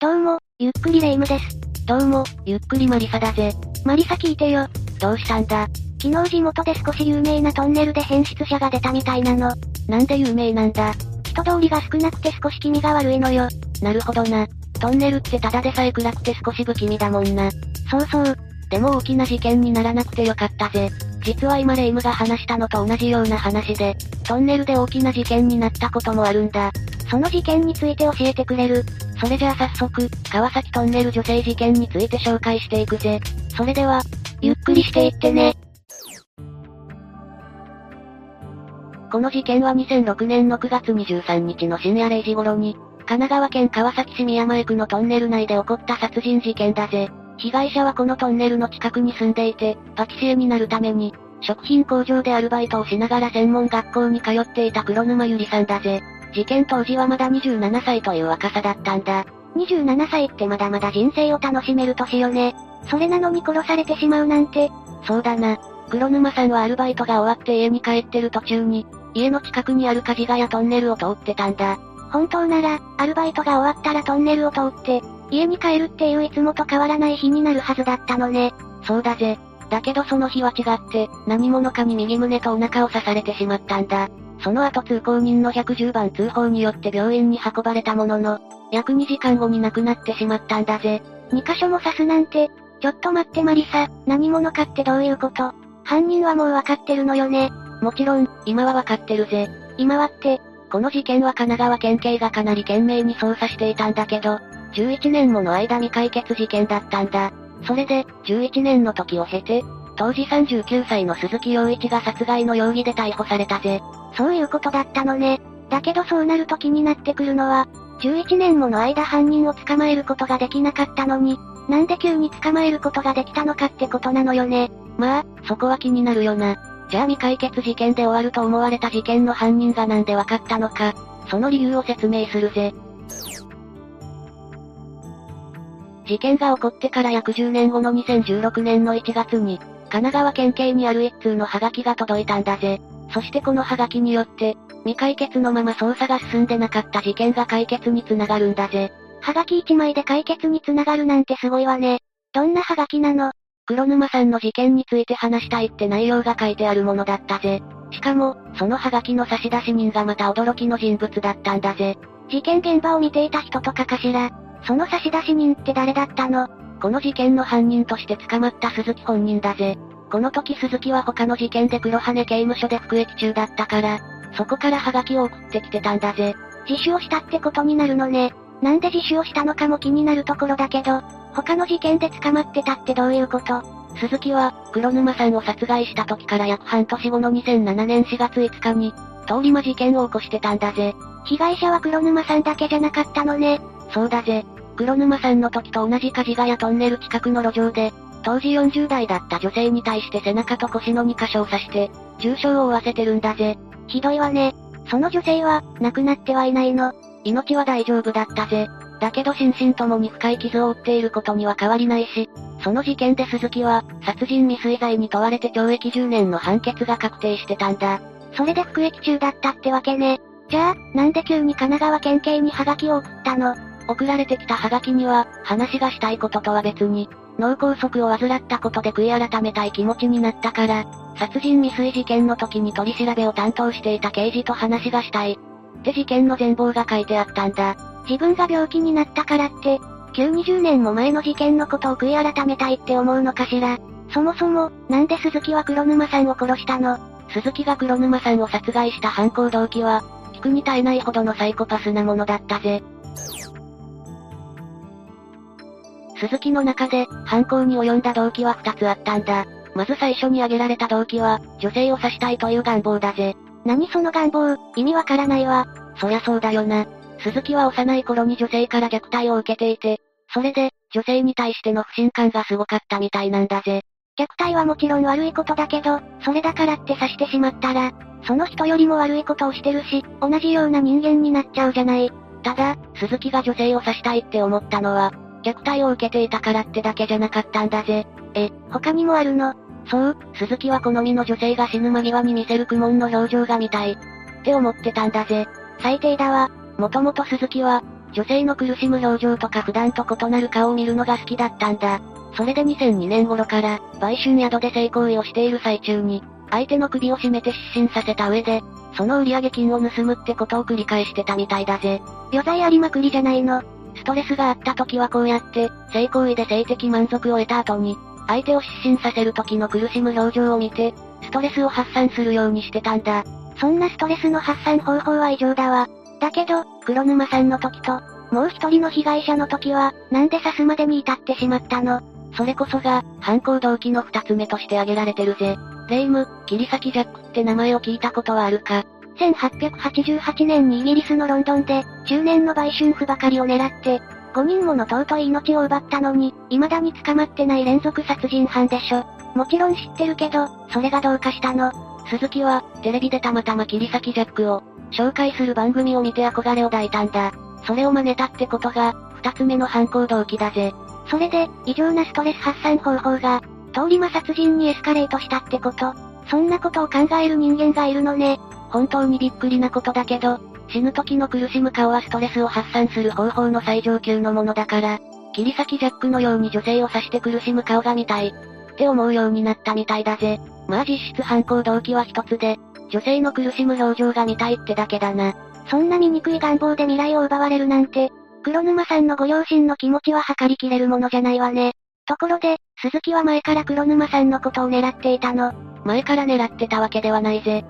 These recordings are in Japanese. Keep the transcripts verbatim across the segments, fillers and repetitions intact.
どうも、ゆっくりレ夢ムです。 どうも、ゆっくりマリサだぜ。 マリサ聞いてよ。 どうしたんだ？ 昨日地元で少し有名なトンネルで変質者が出たみたいなの。 なんで有名なんだ？ 人通りが少なくて少し気味が悪いのよ。 なるほどな。トンネルってただでさえ暗くて少し不気味だもんな。 そうそう。 でも大きな事件にならなくてよかったぜ。実は今レ夢ムが話したのと同じような話で、トンネルで大きな事件になったこともあるんだ。 その事件について教えてくれる？ それじゃあ早速、川崎トンネル女性事件について紹介していくぜ。それでは、 ゆっくりしていってね。 この事件はにせんろくねんのくがつにじゅうさんにちの深夜れいじ頃に、神奈川県川崎市宮前区のトンネル内で起こった殺人事件だぜ。被害者はこのトンネルの近くに住んでいて、パティシエになるために、食品工場でアルバイトをしながら専門学校に通っていた黒沼ゆりさんだぜ。事件当時はまだにじゅうななさいという若さだったんだ。 にじゅうななさいってまだまだ人生を楽しめる年よね。それなのに殺されてしまうなんて。 そうだな。黒沼さんはアルバイトが終わって家に帰ってる途中に、家の近くにある梶ヶ谷トンネルを通ってたんだ。 本当なら、アルバイトが終わったらトンネルを通って、家に帰るっていういつもと変わらない日になるはずだったのね。 そうだぜ。だけどその日は違って、何者かに右胸とお腹を刺されてしまったんだ。その後通行人のひゃくじゅうばん通報によって病院に運ばれたものの、約にじかんごに亡くなってしまったんだぜ。 にかしょも刺すなんて、ちょっと待ってマリサ、何者かってどういうこと？犯人はもうわかってるのよね。 もちろん、今はわかってるぜ。 今はって、 この事件は神奈川県警がかなり懸命に捜査していたんだけど、じゅういちねんもの間未解決事件だったんだ。それで、じゅういちねんの時を経て、当時さんじゅうきゅうさいの鈴木陽一が殺害の容疑で逮捕されたぜ。 そういうことだったのね。だけどそうなると気になってくるのは、じゅういちねんもの間犯人を捕まえることができなかったのに、なんで急に捕まえることができたのかってことなのよね。 まあ、そこは気になるよな。じゃあ未解決事件で終わると思われた事件の犯人がなんでわかったのか、その理由を説明するぜ。事件が起こってから約じゅうねんごのにせんじゅうろくねんのいちがつに、神奈川県警にある一通のハガキが届いたんだぜ。そしてこのハガキによって、未解決のまま捜査が進んでなかった事件が解決につながるんだぜ。 ハガキいちまいで解決につながるなんてすごいわね。どんなハガキなの？ 黒沼さんの事件について話したいって内容が書いてあるものだったぜ。しかも、そのハガキの差出人がまた驚きの人物だったんだぜ。 事件現場を見ていた人とかかしら。その差出人って誰だったの？ この事件の犯人として捕まった鈴木本人だぜ。この時鈴木は他の事件で黒羽刑務所で服役中だったから、そこからハガキを送ってきてたんだぜ。 自首をしたってことになるのね。なんで自首をしたのかも気になるところだけど、他の事件で捕まってたってどういうこと？ 鈴木は、黒沼さんを殺害した時から約半年後のにせんななねんしがついつかに、通り魔事件を起こしてたんだぜ。 被害者は黒沼さんだけじゃなかったのね。 そうだぜ。黒沼さんの時と同じ梶ヶ谷トンネル近くの路上で、当時よんじゅうだいだった女性に対して背中と腰のにかしょを刺して、重傷を負わせてるんだぜ。 ひどいわね。その女性は、亡くなってはいないの？ 命は大丈夫だったぜ。だけど心身ともに深い傷を負っていることには変わりないし、その事件で鈴木は、殺人未遂罪に問われて懲役じゅうねんの判決が確定してたんだ。 それで服役中だったってわけね。じゃあ、なんで急に神奈川県警にハガキを送ったの？ 送られてきたハガキには、話がしたいこととは別に、脳梗塞を患ったことで悔い改めたい気持ちになったから、殺人未遂事件の時に取り調べを担当していた刑事と話がしたい。って事件の全貌が書いてあったんだ。 自分が病気になったからって、旧にじゅうねんも前の事件のことを悔い改めたいって思うのかしら。そもそも、なんで鈴木は黒沼さんを殺したの？ 鈴木が黒沼さんを殺害した犯行動機は、聞くに耐えないほどのサイコパスなものだったぜ。鈴木の中で、犯行に及んだ動機はふたつあったんだ。まず最初に挙げられた動機は、女性を刺したいという願望だぜ。 何その願望、意味わからないわ。 そりゃそうだよな。鈴木は幼い頃に女性から虐待を受けていて、それで、女性に対しての不信感がすごかったみたいなんだぜ。 虐待はもちろん悪いことだけど、それだからって刺してしまったら、その人よりも悪いことをしてるし、同じような人間になっちゃうじゃない。 ただ、鈴木が女性を刺したいって思ったのは、虐待を受けていたからってだけじゃなかったんだぜ。 え、他にもあるの？ そう、鈴木は好みの女性が死ぬ間際に見せる苦悶の表情が見たい。って思ってたんだぜ。 最低だわ。 もともと鈴木は、 女性の苦しむ表情とか普段と異なる顔を見るのが好きだったんだ。それでにせんにねん頃から、売春宿で性行為をしている最中に、相手の首を絞めて失神させた上で、その売上金を盗むってことを繰り返してたみたいだぜ。 余罪ありまくりじゃないの。 ストレスがあった時はこうやって、性行為で性的満足を得た後に、相手を失神させる時の苦しむ表情を見て、ストレスを発散するようにしてたんだ。 そんなストレスの発散方法は異常だわ。だけど、黒沼さんの時と、もう一人の被害者の時は、なんで刺すまでに至ってしまったの？ それこそが、犯行動機の二つ目として挙げられてるぜ。レイム、切り裂きジャックって名前を聞いたことはあるか？ せんはっぴゃくはちじゅうはちねんにイギリスのロンドンで、中年の売春婦ばかりを狙って、ごにんもの尊い命を奪ったのに、未だに捕まってない連続殺人犯でしょ。もちろん知ってるけど、それがどうかしたの？ 鈴木は、テレビでたまたま切り裂きジャックを、紹介する番組を見て憧れを抱いたんだ。それを真似たってことが、二つ目の犯行動機だぜ。 それで、異常なストレス発散方法が、通り魔殺人にエスカレートしたってこと？そんなことを考える人間がいるのね。 本当にびっくりなことだけど、死ぬ時の苦しむ顔はストレスを発散する方法の最上級のものだから、切り裂きジャックのように女性を刺して苦しむ顔が見たい、って思うようになったみたいだぜ。まあ実質犯行動機は一つで、女性の苦しむ表情が見たいってだけだな。 そんな醜い願望で未来を奪われるなんて、黒沼さんのご両親の気持ちは計りきれるものじゃないわね。ところで、鈴木は前から黒沼さんのことを狙っていたの？ 前から狙ってたわけではないぜ。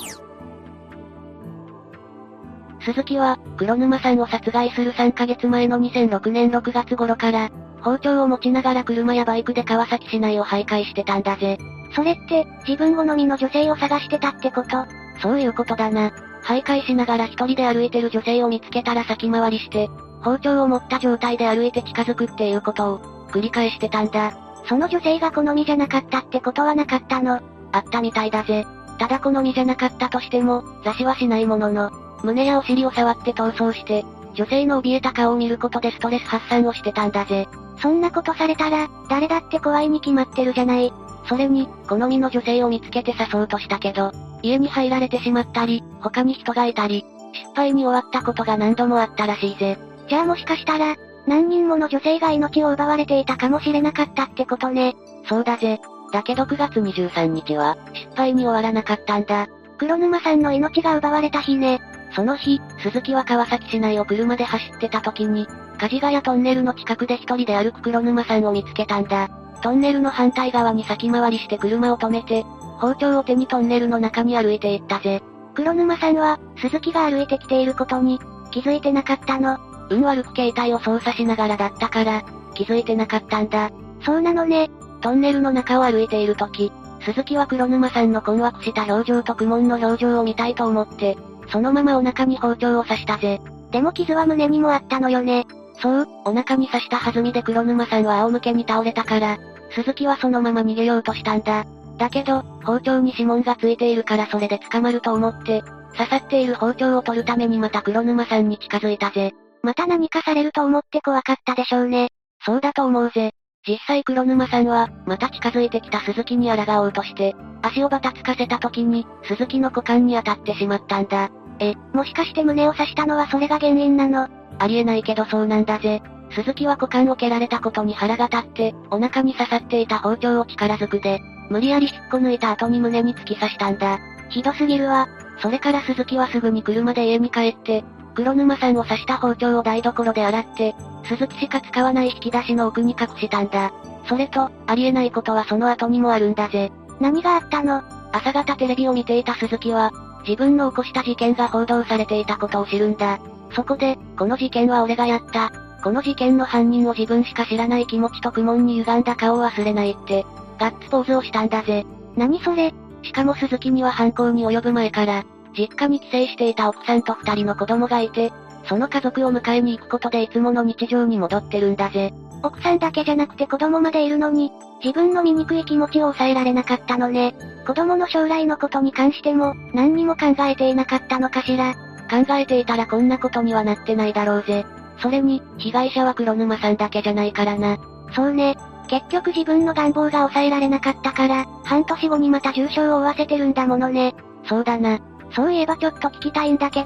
鈴木は、黒沼さんを殺害するさんかげつまえのにせんろくねんろくがつ頃から、包丁を持ちながら車やバイクで川崎市内を徘徊してたんだぜ。 それって、自分好みの女性を探してたってこと？ そういうことだな。徘徊しながら一人で歩いてる女性を見つけたら先回りして、包丁を持った状態で歩いて近づくっていうことを、繰り返してたんだ。 その女性が好みじゃなかったってことはなかったの？ あったみたいだぜ。ただ好みじゃなかったとしても、座視はしないものの、胸やお尻を触って逃走して、女性の怯えた顔を見ることでストレス発散をしてたんだぜ。 そんなことされたら、誰だって怖いに決まってるじゃない。 それに、好みの女性を見つけて誘おうとしたけど、家に入られてしまったり、他に人がいたり、失敗に終わったことが何度もあったらしいぜ。 じゃあもしかしたら、何人もの女性が命を奪われていたかもしれなかったってことね。 そうだぜ。だけどくがつにじゅうさんにちは、失敗に終わらなかったんだ。 黒沼さんの命が奪われた日ね。 その日、鈴木は川崎市内を車で走ってた時に、梶ヶ谷トンネルの近くで一人で歩く黒沼さんを見つけたんだ。トンネルの反対側に先回りして車を止めて、包丁を手にトンネルの中に歩いていったぜ。 黒沼さんは、鈴木が歩いてきていることに、気づいてなかったの？ 運悪く携帯を操作しながらだったから、気づいてなかったんだ。 そうなのね。 トンネルの中を歩いている時、鈴木は黒沼さんの困惑した表情と苦悶の表情を見たいと思って、そのままお腹に包丁を刺したぜ。 でも傷は胸にもあったのよね。 そう、お腹に刺した弾みで黒沼さんは仰向けに倒れたから、鈴木はそのまま逃げようとしたんだ。だけど、包丁に指紋がついているからそれで捕まると思って、刺さっている包丁を取るためにまた黒沼さんに近づいたぜ。 また何かされると思って怖かったでしょうね。 そうだと思うぜ。実際黒沼さんは、また近づいてきた鈴木に抗おうとして、足をバタつかせた時に、鈴木の股間に当たってしまったんだ。 え、もしかして胸を刺したのはそれが原因なの？ ありえないけどそうなんだぜ。鈴木は股間を蹴られたことに腹が立って、お腹に刺さっていた包丁を力ずくで、無理やり引っこ抜いた後に胸に突き刺したんだ。 ひどすぎるわ。 それから鈴木はすぐに車で家に帰って、黒沼さんを刺した包丁を台所で洗って、鈴木しか使わない引き出しの奥に隠したんだ。それと、ありえないことはその後にもあるんだぜ。 何があったの？ 朝方テレビを見ていた鈴木は、自分の起こした事件が報道されていたことを知るんだ。そこで、この事件は俺がやった。この事件の犯人を自分しか知らない気持ちと苦悶に歪んだ顔を忘れないって、ガッツポーズをしたんだぜ。 何それ？ しかも鈴木には犯行に及ぶ前から、実家に帰省していた奥さんと二人の子供がいて、その家族を迎えに行くことでいつもの日常に戻ってるんだぜ。 奥さんだけじゃなくて子供までいるのに、自分の醜い気持ちを抑えられなかったのね。子供の将来のことに関しても、何にも考えていなかったのかしら。 考えていたらこんなことにはなってないだろうぜ。それに、被害者は黒沼さんだけじゃないからな。 そうね。結局自分の願望が抑えられなかったから、半年後にまた重傷を負わせてるんだものね。 そうだな。 そういえばちょっと聞きたいんだけど、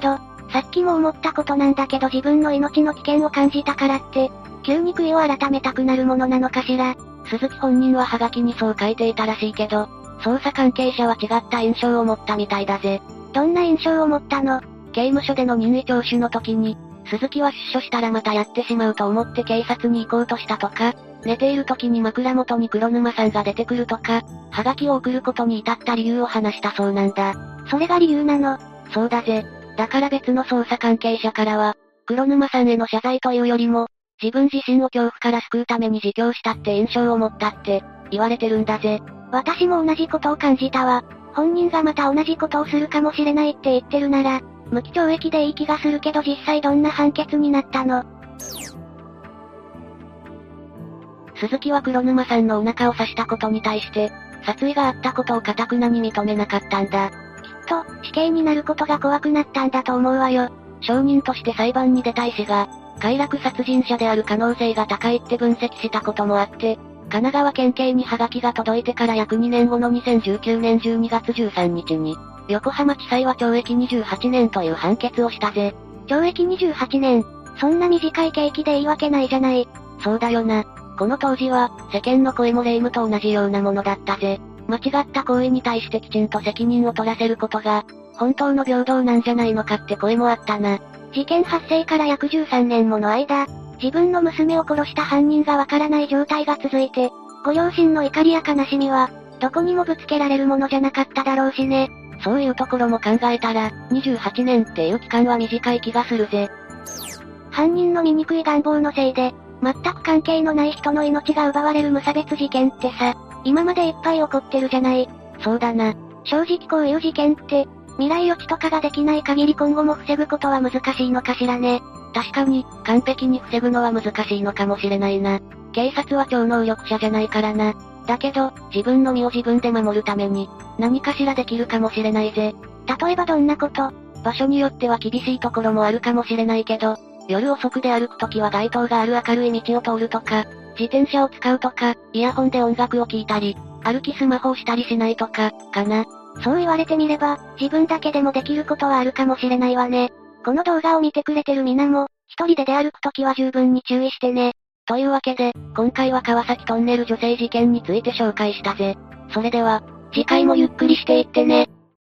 さっきも思ったことなんだけど自分の命の危険を感じたからって、急に悔いを改めたくなるものなのかしら。 鈴木本人はハガキにそう書いていたらしいけど、捜査関係者は違った印象を持ったみたいだぜ。 どんな印象を持ったの？ 刑務所での任意聴取の時に、鈴木は出所したらまたやってしまうと思って警察に行こうとしたとか、寝ている時に枕元に黒沼さんが出てくるとか、ハガキを送ることに至った理由を話したそうなんだ。 それが理由なの？ そうだぜ。だから別の捜査関係者からは、黒沼さんへの謝罪というよりも、自分自身を恐怖から救うために自供したって印象を持ったって、言われてるんだぜ。 私も同じことを感じたわ。本人がまた同じことをするかもしれないって言ってるなら、無期懲役でいい気がするけど実際どんな判決になったの？ 鈴木は黒沼さんのお腹を刺したことに対して、殺意があったことを堅くなに認めなかったんだ。 きっと、死刑になることが怖くなったんだと思うわよ。 証人として裁判に出た医師が、快楽殺人者である可能性が高いって分析したこともあって、神奈川県警にハガキが届いてから約にねんごのにせんじゅうきゅうねんじゅうにがつじゅうさんにちに、横浜地裁は懲役にじゅうはちねんという判決をしたぜ。 懲役にじゅうはちねん。そんな短い刑期でいいわけないじゃない。 そうだよな。この当時は、世間の声も霊夢と同じようなものだったぜ。間違った行為に対してきちんと責任を取らせることが、本当の平等なんじゃないのかって声もあったな。 事件発生から約じゅうさんねんもの間、自分の娘を殺した犯人がわからない状態が続いて、ご両親の怒りや悲しみは、どこにもぶつけられるものじゃなかっただろうしね。 そういうところも考えたら、にじゅうはちねんっていう期間は短い気がするぜ。 犯人の醜い願望のせいで、全く関係のない人の命が奪われる無差別事件ってさ、今までいっぱい起こってるじゃない。 そうだな。 正直こういう事件って、未来予知とかができない限り今後も防ぐことは難しいのかしらね。 確かに、完璧に防ぐのは難しいのかもしれないな。警察は超能力者じゃないからな。だけど、自分の身を自分で守るために、何かしらできるかもしれないぜ。 例えばどんなこと？ 場所によっては厳しいところもあるかもしれないけど、夜遅くで歩くときは街灯がある明るい道を通るとか、自転車を使うとか、イヤホンで音楽を聴いたり、歩きスマホをしたりしないとか、かな。 そう言われてみれば、自分だけでもできることはあるかもしれないわね。この動画を見てくれてる皆も、一人で出歩くときは十分に注意してね。 というわけで、今回は川崎トンネル女性事件について紹介したぜ。それでは、次回もゆっくりしていってね。